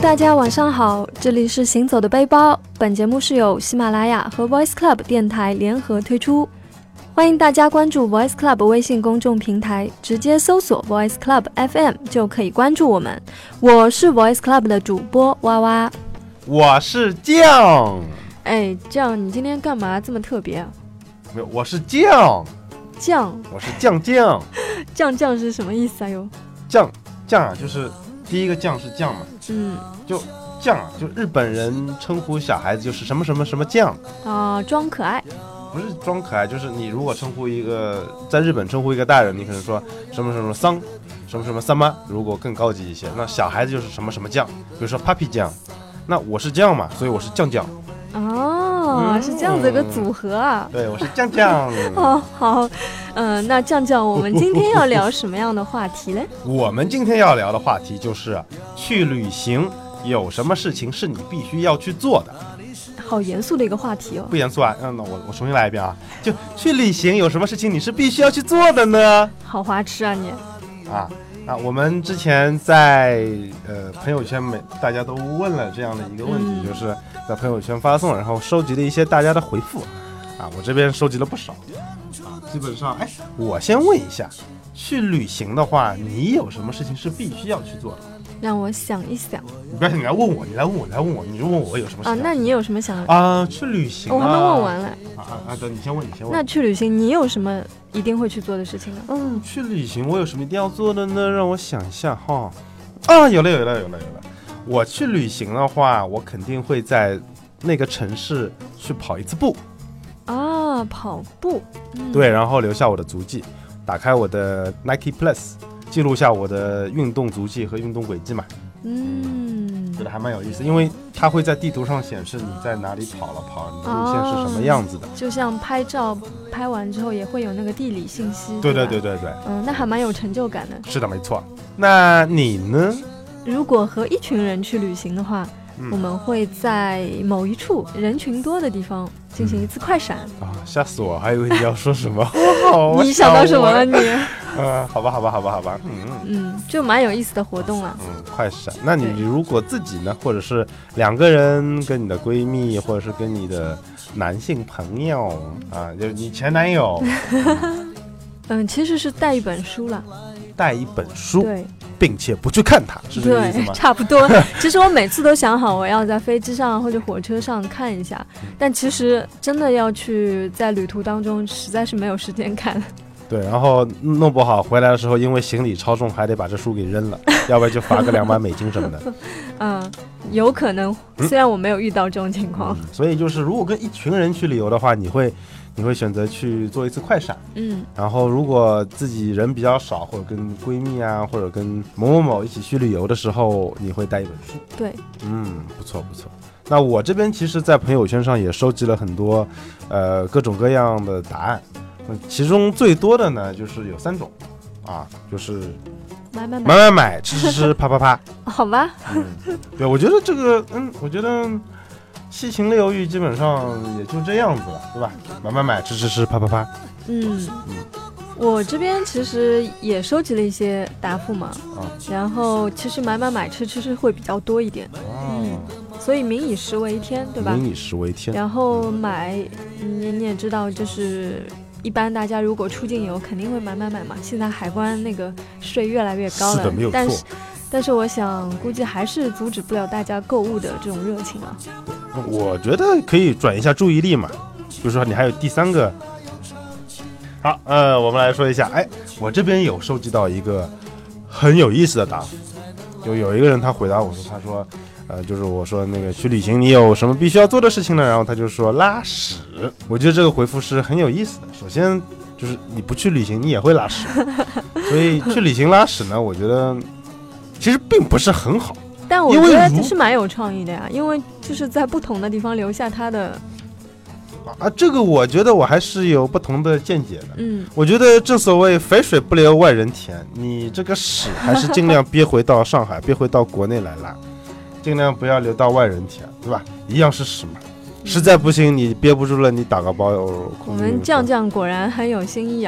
大家晚上好，这里是行走的背包。本节目是由喜马拉雅和 Voice Club 电台联合推出，欢迎大家关注 Voice Club 微信公众平台，直接搜索 Voice Club FM 就可以关注我们。我是 Voice Club 的主播哇哇， 我是酱。 哎，酱，你今天干嘛这么特别啊？ 没有，我是酱，我是酱。 酱是什么意思啊？哟， 酱啊，就是第一个酱是酱嘛，就酱啊，就日本人称呼小孩子就是什么什么什么酱啊，装可爱。 不是装可爱，就是你如果称呼一个在日本称呼一个大人，你可能说什么什么桑，什么什么三妈，如果更高级一些，那小孩子就是什么什么酱，比如说 Papi 酱，那我是酱嘛，所以我是酱。 哦，是这样子一个组合啊。 对，我是酱。 哦，好，那酱，我们今天要聊什么样的话题呢？ 我们今天要聊的话题就是去旅行有什么事情是你必须要去做的。 好严肃的一个话题哦。 不严肃啊，那我重新来一遍啊，就去旅行有什么事情你是必须要去做的呢？ 好花痴啊你！ 我们之前在朋友圈大家都问了这样的一个问题，就是在朋友圈发送，然后收集了一些大家的回复我这边收集了不少基本上我先问一下，去旅行的话你有什么事情是必须要去做的？ 让我想一想。 你不要，你来问我，你就问我有什么事那你有什么想去旅行我还没问完嘞等你先问。 那去旅行你有什么一定会去做的事情呢？ 去旅行我有什么一定要做的呢？让我想一下有了。我去旅行的话，我肯定会在那个城市去跑一次步跑步。 对，然后留下我的足迹，打开我的 Nike Plus， 记录下我的运动足迹和运动轨迹嘛。觉得还蛮有意思，因为它会在地图上显示你在哪里跑了，你的路线是什么样子的。 就像拍照拍完之后也会有那个地理信息。 对。 那还蛮有成就感的。 是的，没错。那你呢？ 如果和一群人去旅行的话，我们会在某一处人群多的地方进行一次快闪。 吓死我，还以为你要说什么你想到什么了你？ 好吧。 就蛮有意思的活动了。 快闪。那你如果自己呢，或者是两个人跟你的闺蜜，或者是跟你的男性朋友就是你前男友其实是带一本书了。 带一本书， 对， 并且不去看它，是这个意思吗？ 对，差不多。其实我每次都想好我要在飞机上或者火车上看一下，但其实真的要去在旅途当中实在是没有时间看。 对，然后弄不好回来的时候因为行李超重还得把这书给扔了，要不然就罚个$200什么的。 有可能，虽然我没有遇到这种情况。 所以就是如果跟一群人去旅游的话，你会选择去做一次快闪。然后如果自己人比较少，或者跟闺蜜或者跟某一起去旅游的时候，你会带一本书。 对。 不错。那我这边其实在朋友圈上也收集了很多各种各样的答案，其中最多的呢就是有3种就是买吃啪。 好吧。 对，我觉得这个我觉得七情六欲基本上也就这样子了，对吧？买吃啪。 我这边其实也收集了一些答复嘛，然后其实买吃会比较多一点。所以民以食为天，对吧？ 民以食为天。 然后你也知道，就是一般大家如果出境游肯定会买嘛。现在海关那个税越来越高了， 是的，没有错。 但是我想估计还是阻止不了大家购物的这种热情啊。 我觉得可以转移一下注意力嘛，比如说你还有第3个。好，我们来说一下，我这边有收集到一个很有意思的答复，有一个人他回答我说，他说就是我说那个去旅行你有什么必须要做的事情呢？然后他就说拉屎。我觉得这个回复是很有意思的。首先就是你不去旅行你也会拉屎，所以去旅行拉屎呢，我觉得其实并不是很好。 但我觉得这是蛮有创意的呀，因为就是在不同的地方留下它的这个我觉得我还是有不同的见解的。我觉得正所谓肥水不流外人田，你这个屎还是尽量憋回到上海，憋回到国内来拉，尽量不要流到外人田，对吧？一样是屎嘛。实在不行你憋不住了，你打个包。 我们酱果然很有新意啊。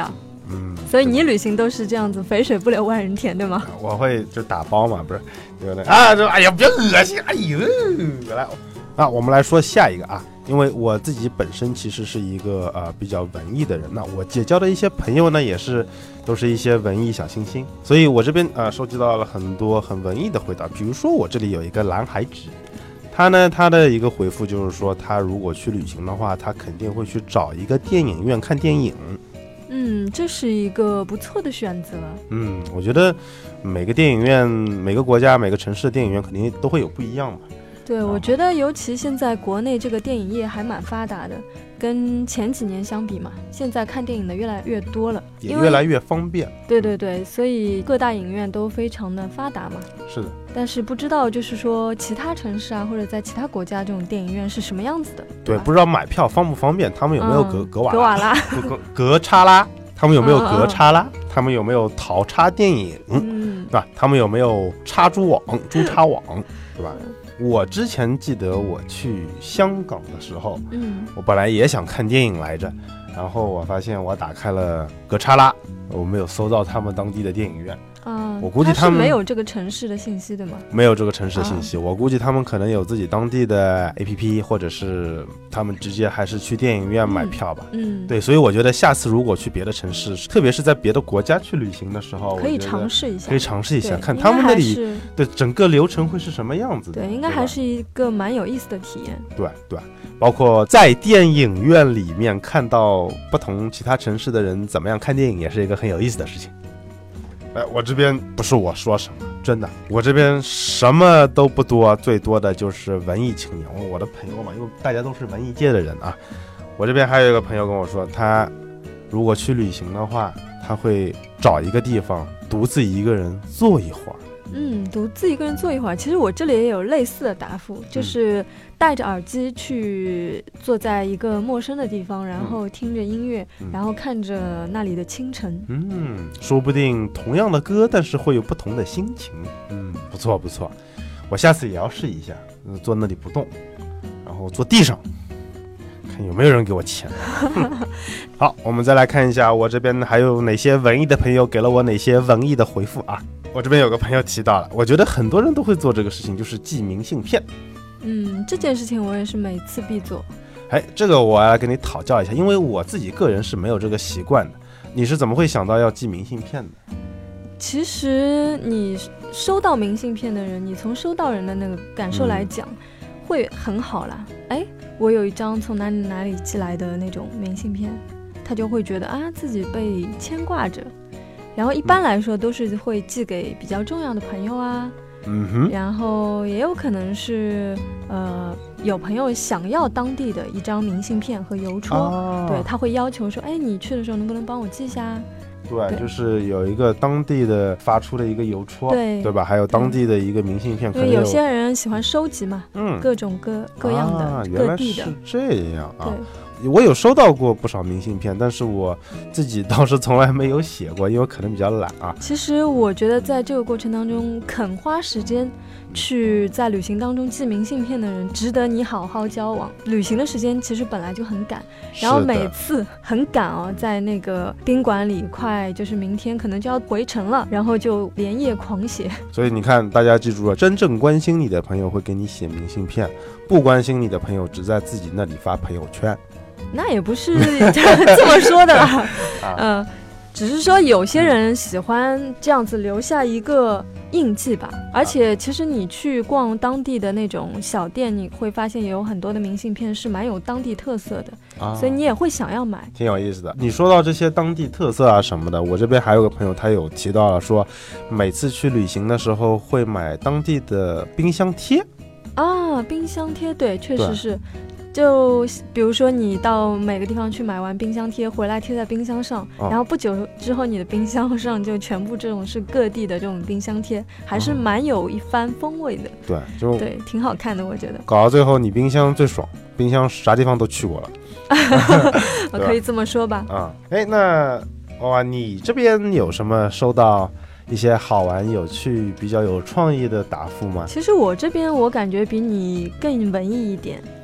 所以你旅行都是这样子，肥水不流外人田，对吗？ 我会就打包嘛，不是啊，就哎呀，别恶心，哎呦，来啊，我们来说下一个啊，因为我自己本身其实是一个比较文艺的人，那我结交的一些朋友呢，也是都是一些文艺小星星，所以我这边收集到了很多很文艺的回答，比如说我这里有一个蓝海纸。他的一个回复就是说，他如果去旅行的话，他肯定会去找一个电影院看电影。 这是一个不错的选择。 我觉得每个电影院、每个国家、每个城市的电影院肯定都会有不一样嘛。 对，我觉得尤其现在国内这个电影业还蛮发达的，跟前几年相比嘛，现在看电影的越来越多了， 也越来越方便。 对，所以各大影院都非常的发达嘛。 是的。 但是不知道就是说其他城市啊，或者在其他国家这种电影院是什么样子的。 对，不知道买票方不方便，他们有没有格瓦拉、格叉拉？他们有没有格叉拉？他们有没有淘叉电影？对吧？他们有没有插珠插网？对吧？我之前记得我去香港的时候，我本来也想看电影来着，然后我发现我打开了格叉拉，我没有搜到他们当地的电影院。我估计他们是没有这个城市的信息的吗？ 没有这个城市的信息，我估计他们可能有自己当地的 APP， 或者是他们直接还是去电影院买票吧。对，所以我觉得下次如果去别的城市，特别是在别的国家去旅行的时候， 可以尝试一下， 看他们那里的整个流程会是什么样子的。 对，应该还是一个蛮有意思的体验。 对，包括在电影院里面看到不同其他城市的人怎么样看电影，也是一个很有意思的事情。我这边不是我说什么，真的，我这边什么都不多，最多的就是文艺青年。我的朋友嘛，因为大家都是文艺界的人啊。我这边还有一个朋友跟我说，他如果去旅行的话，他会找一个地方独自一个人坐一会儿。 独自一个人坐一会儿。其实我这里也有类似的答复，就是戴着耳机去坐在一个陌生的地方，然后听着音乐，然后看着那里的清晨。 说不定同样的歌，但是会有不同的心情。不错，我下次也要试一下，坐那里不动，然后坐地上，看有没有人给我钱。好，我们再来看一下我这边还有哪些文艺的朋友给了我哪些文艺的回复啊。我这边有个朋友提到了，我觉得很多人都会做这个事情，就是寄明信片。 这件事情我也是每次必做。 这个我要跟你讨教一下，因为我自己个人是没有这个习惯的。你是怎么会想到要寄明信片的？ 其实你收到明信片的人，你从收到人的那个感受来讲，会很好啦。我有一张从哪里寄来的那种明信片，他就会觉得自己被牵挂着。然后一般来说都是会寄给比较重要的朋友啊，然后也有可能是有朋友想要当地的一张明信片和邮戳，对，他会要求说，你去的时候能不能帮我寄下？ 对，就是有一个当地的发出的一个邮戳，对吧？还有当地的一个明信片，可能有些人喜欢收集嘛，各种各样的，各地的。 原来是这样啊。我有收到过不少明信片，但是我自己倒是从来没有写过，因为我可能比较懒啊。 其实我觉得在这个过程当中，肯花时间去在旅行当中寄明信片的人，值得你好好交往。旅行的时间其实本来就很赶，然后每次很赶在那个宾馆里快就是明天可能就要回程了，然后就连夜狂写。 所以你看，大家记住了，真正关心你的朋友会给你写明信片，不关心你的朋友只在自己那里发朋友圈。 那也不是这么说的啦，只是说有些人喜欢这样子留下一个印记吧。而且其实你去逛当地的那种小店，你会发现也有很多的明信片是蛮有当地特色的，所以你也会想要买， 挺有意思的。你说到这些当地特色啊什么的，我这边还有个朋友，他有提到了说，每次去旅行的时候会买当地的冰箱贴冰箱贴，对，确实是。就比如说你到每个地方去买完冰箱贴回来贴在冰箱上，然后不久之后你的冰箱上就全部这种是各地的这种冰箱贴，还是蛮有一番风味的。对，挺好看的，我觉得。 搞到最后你冰箱最爽，冰箱啥地方都去过了。 我可以这么说吧。 那你这边有什么收到一些好玩有趣比较有创意的答复吗？ 其实我这边我感觉比你更文艺一点。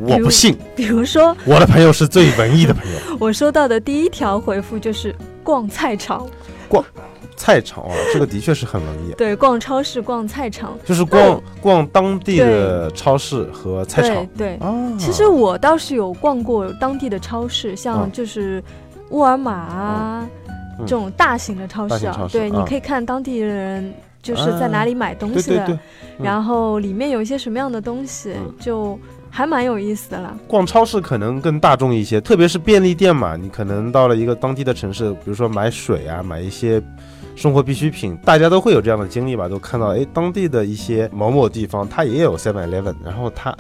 我不信。 比如说， 我的朋友是最文艺的朋友。 我收到的第一条回复就是逛菜场。 逛菜场啊，这个的确是很文艺。 对，逛超市、逛菜场， 就是逛当地的超市和菜场。 对，其实我倒是有逛过当地的超市，像就是沃尔玛啊，这种大型的超市啊。对，你可以看当地人就是在哪里买东西的，然后里面有一些什么样的东西，就还蛮有意思的啦。 逛超市可能更大众一些，特别是便利店嘛，你可能到了一个当地的城市，比如说买水啊，买一些生活必需品，大家都会有这样的经历吧，都看到当地的一些某某地方它也有 7-Eleven， 然后它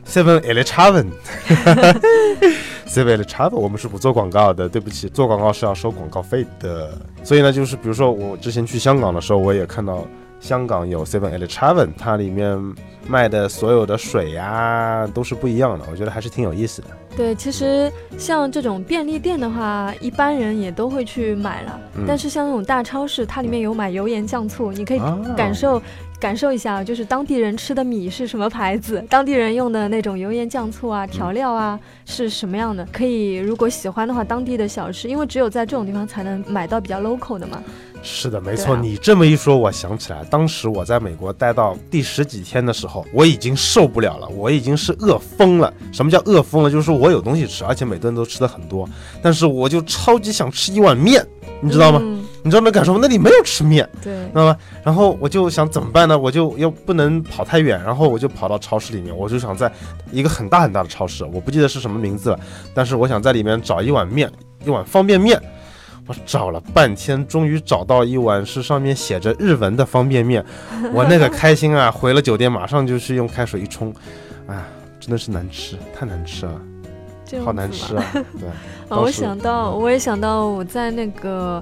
7-Eleven7-Eleven 我们是不做广告的，对不起，做广告是要收广告费的。所以呢，就是比如说我之前去香港的时候，我也看到香港有 7-Eleven， 它里面卖的所有的水呀都是不一样的，我觉得还是挺有意思的。 对，其实像这种便利店的话，一般人也都会去买了，但是像那种大超市，它里面有买油盐酱醋，你可以感受一下，就是当地人吃的米是什么牌子，当地人用的那种油盐酱醋啊、调料啊是什么样的。可以，如果喜欢的话，当地的小吃，因为只有在这种地方才能买到比较 local 的嘛。 是的，没错，你这么一说，我想起来，当时我在美国待到第10几天的时候，我已经受不了了，我已经是饿疯了。什么叫饿疯了？就是我有东西吃，而且每顿都吃的很多，但是我就超级想吃一碗面，你知道吗？你知道那感受吗？那里没有吃面， 对， 知道吗？然后我就想怎么办呢？我就又不能跑太远，然后我就跑到超市里面，我就想在一个很大很大的超市，我不记得是什么名字了，但是我想在里面找一碗面，一碗方便面。我找了半天，终于找到一碗是上面写着日文的方便面，我那个开心啊！回了酒店，马上就去用开水一冲，啊，真的是难吃，太难吃了，好难吃啊！对， 我也想到我在那个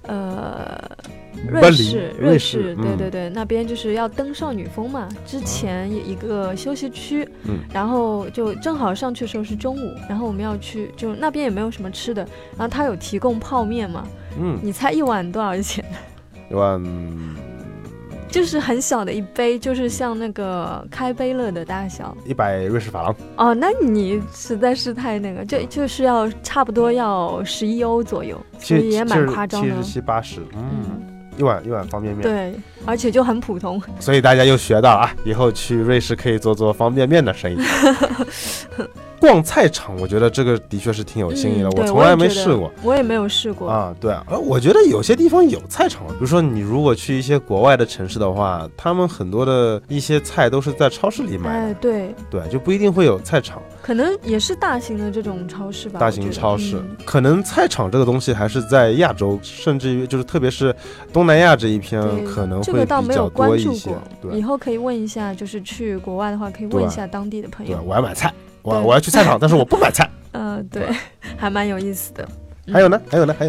瑞士，对，那边就是要登少女峰嘛，之前一个休息区，然后就正好上去的时候是中午，然后我们要去，就那边也没有什么吃的，然后他有提供泡面嘛，你猜一碗多少钱？ 一碗就是很小的一杯，就是像那个开杯乐的大小 ，100瑞士法郎。 哦，那你实在是太那个，就是要差不多要11欧左右，所以也蛮夸张的 ，77、80，一碗方便面， 对，而且就很普通。 所以大家又学到了啊，以后去瑞士可以做方便面的生意。逛菜场，我觉得这个的确是挺有新意的，我从来没试过， 我也没有试过啊。对啊，我觉得有些地方有菜场，比如说你如果去一些国外的城市的话，他们很多的一些菜都是在超市里买的， 对， 就不一定会有菜场。 可能也是大型的这种超市吧， 大型超市，可能菜场这个东西还是在亚洲，甚至于就是特别是东南亚这一片可能会比较多一些。 以后可以问一下，就是去国外的话，可以问一下当地的朋友。 对，我要买菜，我要去菜场，但是我不买菜。 对，还蛮有意思的。 还有呢？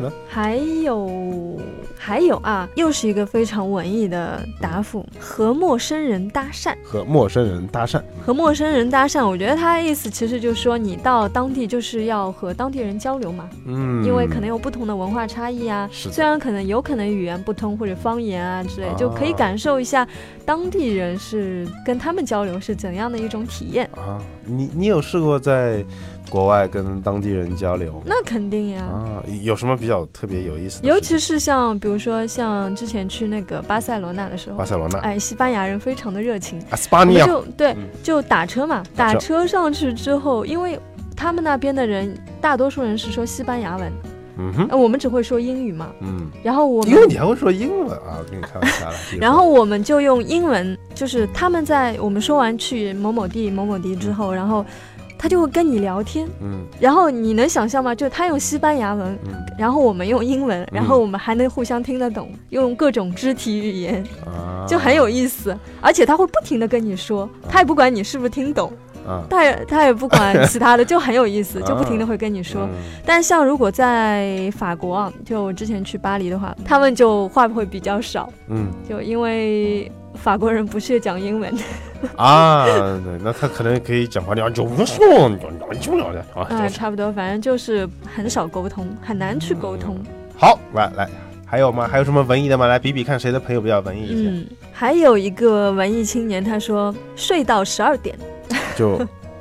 还有啊，又是一个非常文艺的答复：和陌生人搭讪。 和陌生人搭讪，我觉得他的意思其实就是说，你到当地就是要和当地人交流嘛，因为可能有不同的文化差异啊，虽然有可能语言不通或者方言啊之类，就可以感受一下当地人是跟他们交流是怎样的一种体验啊。你有试过在国外跟当地人交流？ 那肯定呀。 有什么比较特别有意思的？ 尤其是比如说像之前去那个巴塞罗那的时候，西班牙人非常的热情， 西班牙就打车嘛，打车上去之后，因为他们那边的人大多数人是说西班牙文，我们只会说英语嘛，然后因为你还会说英文啊，我跟你开玩笑了。 然后我们就用英文，就是他们在我们说完去某某地之后，然后他就会跟你聊天，然后你能想象吗？就他用西班牙文，然后我们用英文，然后我们还能互相听得懂，用各种肢体语言，就很有意思。而且他会不停的跟你说，他也不管你是不是听懂，他也不管其他的，就很有意思，就不停的会跟你说。但像如果在法国啊，就我之前去巴黎的话，他们就话会比较少，就因为法国人不屑讲英文对，那他可能可以讲话就不说差不多，反正就是很少沟通，很难去沟通。 好，来，还有吗？还有什么文艺的吗？来比比看谁的朋友比较文艺一些。 还有一个文艺青年，他说睡到12点，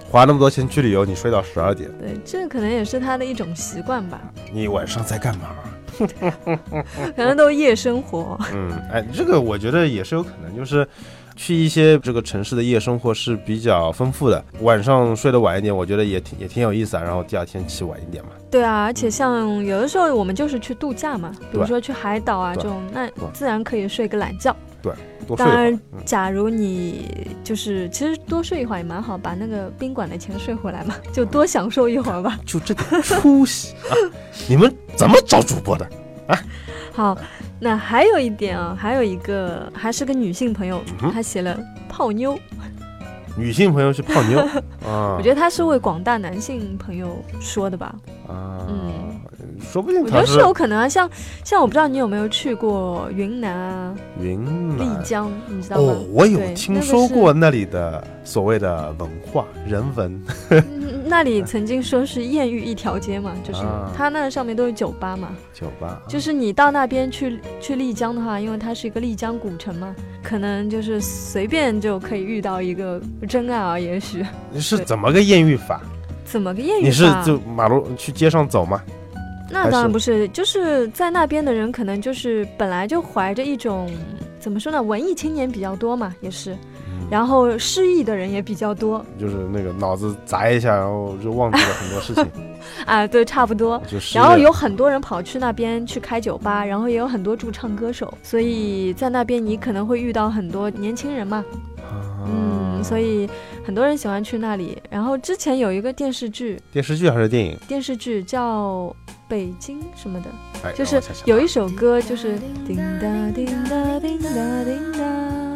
花那么多钱去旅游，你睡到12点， 对，这可能也是他的一种习惯吧。 你晚上在干嘛？ 可能都夜生活。 这个我觉得也是有可能，就是去一些这个城市的夜生活是比较丰富的，晚上睡得晚一点，我觉得也挺有意思啊。然后第二天起晚一点嘛。 对啊，而且像有的时候我们就是去度假嘛，比如说去海岛啊这种，那自然可以睡个懒觉。 对，多睡一会儿。 当然，假如你就是其实多睡一会儿也蛮好，把那个宾馆的钱睡回来嘛，就多享受一会儿吧。 就这点出息啊！你们怎么找主播的啊？ 好，那还有一点啊，还有一个还是个女性朋友，她写了泡妞。 女性朋友去泡妞啊？ 我觉得她是为广大男性朋友说的吧？ 说不定我觉得是有可能啊。像我不知道你有没有去过云南啊？丽江，你知道吗？ 我有听说过那里的所谓的文化人文。 那里曾经说是艳遇一条街嘛，就是它那上面都是酒吧嘛。酒吧就是你到那边去丽江的话，因为它是一个丽江古城嘛，可能就是随便就可以遇到一个真爱啊，也许。 你是怎么个艳遇法？ 怎么个艳遇法？ 你是就马路去街上走吗？ 那当然不是，就是在那边的人可能就是本来就怀着一种怎么说呢，文艺青年比较多嘛，也是。然后失忆的人也比较多， 就是那个脑子砸一下，然后就忘记了很多事情啊，对，差不多。然后有很多人跑去那边去开酒吧，然后也有很多驻唱歌手，所以在那边你可能会遇到很多年轻人嘛。所以很多人喜欢去那里。然后之前有一个电视剧还是电影？电视剧叫北京什么的，就是有一首歌就是叮哒叮哒叮哒叮哒。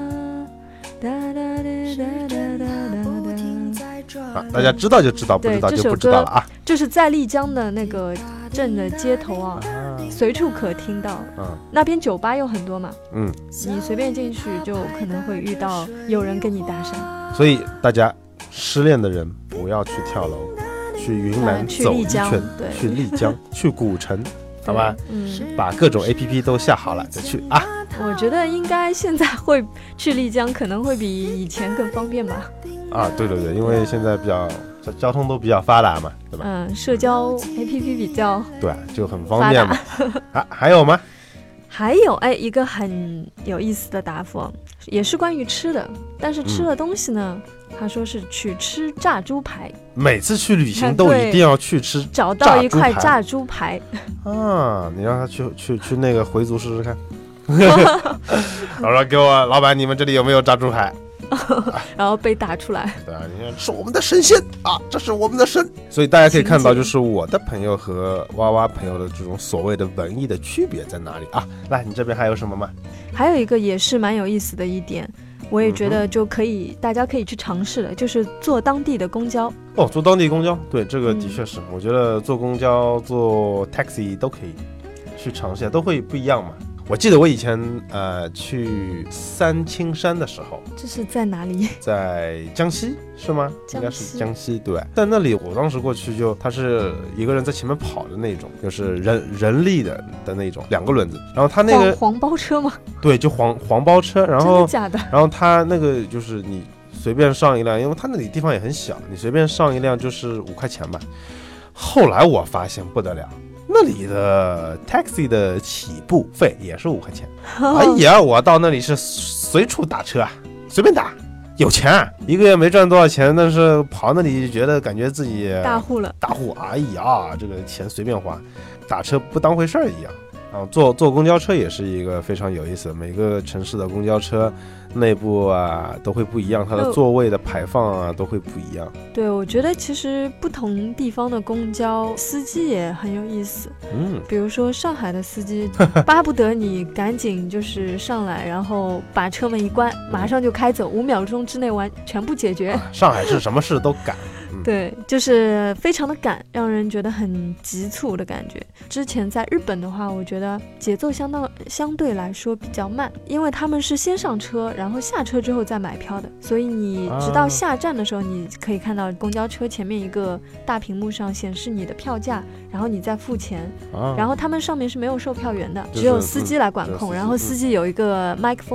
大家知道就知道，不知道就不知道了啊。 就是在丽江的那个镇的街头啊，随处可听到。那边酒吧有很多嘛，你随便进去就可能会遇到有人跟你搭讪。所以大家失恋的人不要去跳楼，去云南走一圈，去丽江，去古城，好吧？把各种 APP 都下好了再去啊。 我觉得应该现在会去丽江可能会比以前更方便吧。 对，因为现在交通都比较发达嘛，对吧？ 社交 APP 比较对，就很方便嘛。还有吗？ 还有一个很有意思的答复，也是关于吃的，但是吃的东西呢，他说是去吃炸猪排。 每次去旅行都一定要去吃， 找到一块炸猪排你让他去那个回族试试看。我说给我老板，你们这里有没有炸猪排？ 然后被打出来。 对啊，你看是我们的神仙啊，这是我们的神。所以大家可以看到，就是我的朋友和娃娃朋友的这种所谓的文艺的区别在哪里啊？来，你这边还有什么吗？ 还有一个也是蛮有意思的一点，我也觉得就可以，大家可以去尝试的，就是坐当地的公交。 坐当地公交，对，这个的确是，我觉得坐公交、坐 taxi 都可以去尝试一下，都会不一样嘛。我记得我以前去三清山的时候， 这是在哪里？ 在江西是吗？应该是江西，对。但那里我当时过去就，他是一个人在前面跑的那种，就是人力的那种，2个轮子。然后他那个黄包车吗？ 对，就黄包车。然后真的假的？ 然后他那个就是你随便上一辆，因为他那里地方也很小，你随便上一辆就是5块钱吧。后来我发现不得了。那里的 taxi 的起步费也是5块钱。哎呀，我到那里是随处打车啊，随便打，有钱啊，1个月没赚多少钱，但是跑那里觉得感觉自己大户了。 哎呀，这个钱随便花，打车不当回事儿一样。然后坐公交车也是一个非常有意思的，每个城市的公交车内部啊都会不一样，它的座位的排放啊都会不一样。 对，我觉得其实不同地方的公交司机也很有意思。比如说上海的司机巴不得你赶紧就是上来，然后把车门一关，马上就开走，5秒钟之内全部解决。 上海是什么事都赶。 对，就是非常的赶，让人觉得很急促的感觉。之前在日本的话，我觉得节奏相对来说比较慢，因为他们是先上车，然后下车之后再买票的，所以你直到下站的时候，你可以看到公交车前面一个大屏幕上显示你的票价，然后你再付钱。然后他们上面是没有售票员的，只有司机来管控。然后司机有一个麦克风嘛，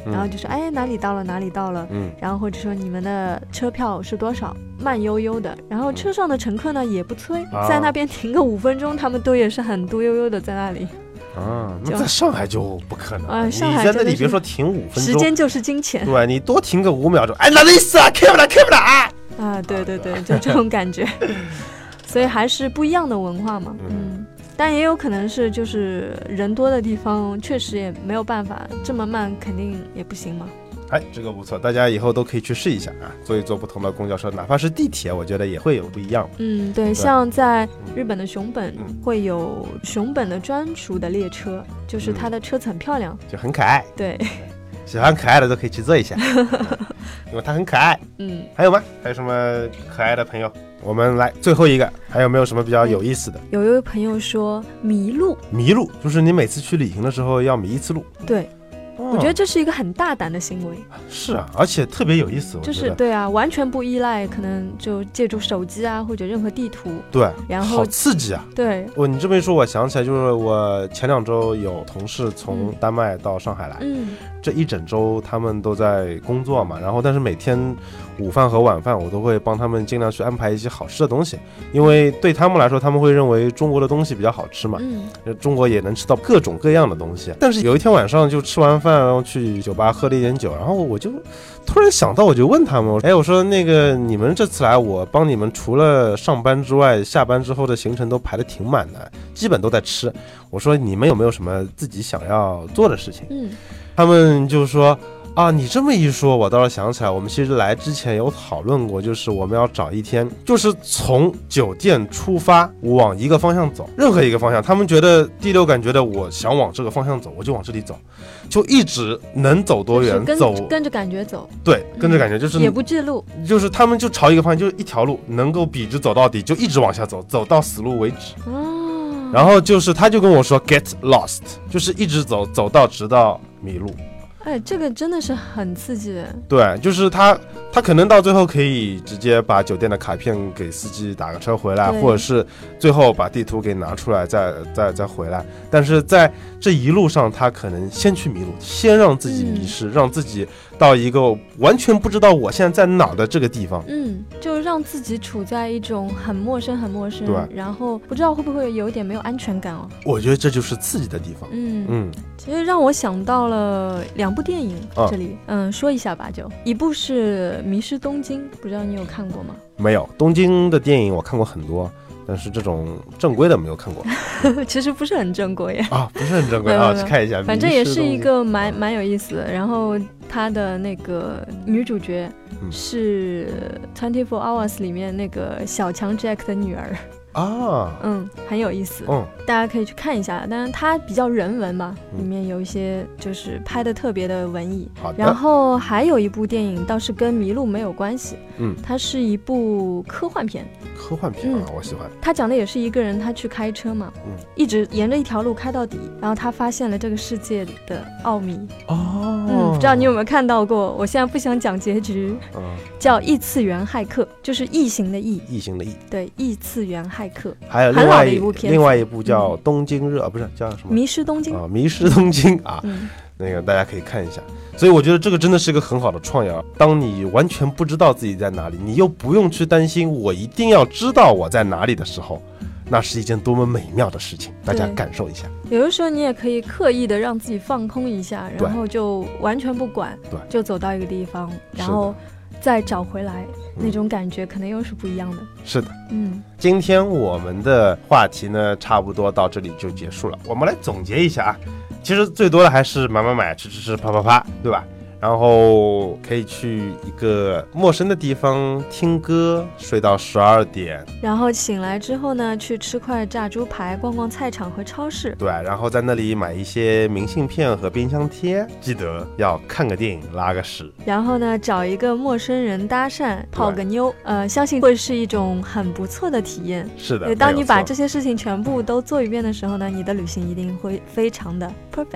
然后就说哎哪里到了哪里到了，然后或者说你们的车票是多少，慢悠悠的，然后车上的乘客呢也不催，在那边停个5分钟，他们都也是很嘟悠悠的在那里。 那在上海就不可能上海你在那里别说停5分钟， 时间就是金钱， 对，你多停个5秒钟，哎，哪里死啊，开不了对对对，就这种感觉。所以还是不一样的文化嘛，但也有可能是就是人多的地方确实也没有办法，这么慢肯定也不行嘛。 这个不错，大家以后都可以去试一下啊，坐一坐不同的公交车，哪怕是地铁，我觉得也会有不一样。 对，像在日本的熊本会有熊本的专属的列车，就是它的车子很漂亮， 就很可爱。 对， 喜欢可爱的都可以去坐一下，因为它很可爱。还有吗？还有什么可爱的朋友？我们来最后一个，还有没有什么比较有意思的？ 有一位朋友说迷路就是你每次去旅行的时候要迷一次路。 对。我觉得这是一个很大胆的行为。 是啊，而且特别有意思。 就是对啊，完全不依赖，可能就借助手机啊或者任何地图。 对， 然后好刺激啊。 对， 你这么一说，我想起来，就是我前2周有同事从丹麦到上海来，这一整周他们都在工作嘛，然后但是每天午饭和晚饭我都会帮他们尽量去安排一些好吃的东西，因为对他们来说，他们会认为中国的东西比较好吃嘛，中国也能吃到各种各样的东西。但是有一天晚上就吃完饭，然后去酒吧喝了一点酒，然后我就突然想到，我就问他们，我说那个你们这次来，我帮你们除了上班之外，下班之后的行程都排得挺满的，基本都在吃。我说你们有没有什么自己想要做的事情？他们就说你这么一说，我倒是想起来，我们其实来之前有讨论过，就是我们要找一天，就是从酒店出发往一个方向走，任何一个方向，他们觉得第6感觉得我想往这个方向走，我就往这里走，就一直能走多远走， 跟着感觉走。 对，跟着感觉，就是也不记录， 就是他们就朝一个方向，就是一条路，能够笔直走到底，就一直往下走，走到死路为止。然后就是他就跟我说 get lost， 就是一直走到直到迷路。 这个真的是很刺激的。 对，就是他可能到最后可以直接把酒店的卡片给司机打个车回来，或者是最后把地图给拿出来再回来。但是在这一路上，他可能先去迷路，先让自己迷失，让自己到一个完全不知道我现在在哪的这个地方。 就让自己处在一种很陌生， 对， 然后不知道会不会有一点没有安全感哦。 我觉得这就是刺激的地方。 其实让我想到了2部电影，这里说一下吧，就一部是《迷失东京》，不知道你有看过吗？ 没有，东京的电影我看过很多，但是这种正规的没有看过。 其实不是很正规不是很正规去看一下。 反正也是一个蛮有意思的。然后他的那个女主角是24 Hours 里面那个小强 Jack 的女儿。很有意思，大家可以去看一下。但是它比较人文嘛，里面有一些就是拍的特别的文艺。然后还有一部电影倒是跟迷路没有关系，它是一部科幻片。 我喜欢。 他讲的也是一个人，他去开车嘛，一直沿着一条路开到底，然后他发现了这个世界的奥秘。不知道你有没有看到过？我现在不想讲结局。叫异次元骇客，就是异形的异，对，异次元骇客。 还有另外一部叫东京热，不是叫什么迷失东京。 迷失东京那个大家可以看一下。所以我觉得这个真的是一个很好的创意。当你完全不知道自己在哪里，你又不用去担心我一定要知道我在哪里的时候，那是一件多么美妙的事情，大家感受一下。 有的时候你也可以刻意的让自己放空一下，然后就完全不管，就走到一个地方，然后再找回来，那种感觉可能又是不一样的。 是的，今天我们的话题呢，差不多到这里就结束了。我们来总结一下其实最多的还是买，吃，啪，对吧？然后可以去一个陌生的地方听歌，睡到12点， 然后醒来之后呢，去吃块炸猪排，逛逛菜场和超市。 对，然后在那里买一些明信片和冰箱贴，记得要看个电影，拉个屎。 然后呢，找一个陌生人搭讪，泡个妞，相信会是一种很不错的体验。 是的， 当你把这些事情全部都做一遍的时候呢，你的旅行一定会非常的 perfect。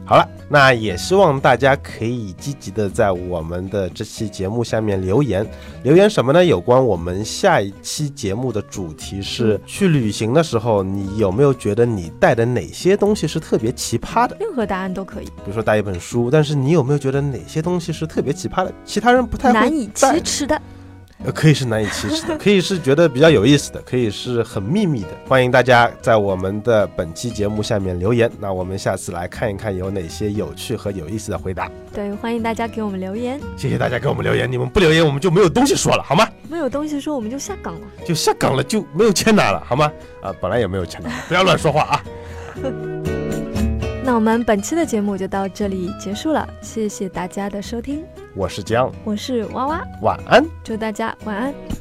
好了，那也希望大家可以积极的在我们的这期节目下面留言什么呢？有关我们下一期节目的主题是去旅行的时候，你有没有觉得你带的哪些东西是特别奇葩的？ 任何答案都可以。 比如说带一本书，但是你有没有觉得哪些东西是特别奇葩的，其他人不太会带？ 难以启齿的。 可以是难以启齿的，可以是觉得比较有意思的，可以是很秘密的。欢迎大家在我们的本期节目下面留言，那我们下次来看一看有哪些有趣和有意思的回答。 对，欢迎大家给我们留言。 谢谢大家给我们留言，你们不留言我们就没有东西说了，好吗？ 没有东西说我们就下岗了， 就下岗了，就没有钱拿了，好吗？本来也没有钱拿，不要乱说话啊。 那我们本期的节目就到这里结束了，谢谢大家的收听。 我是江， 我是娃娃， 晚安， 祝大家晚安。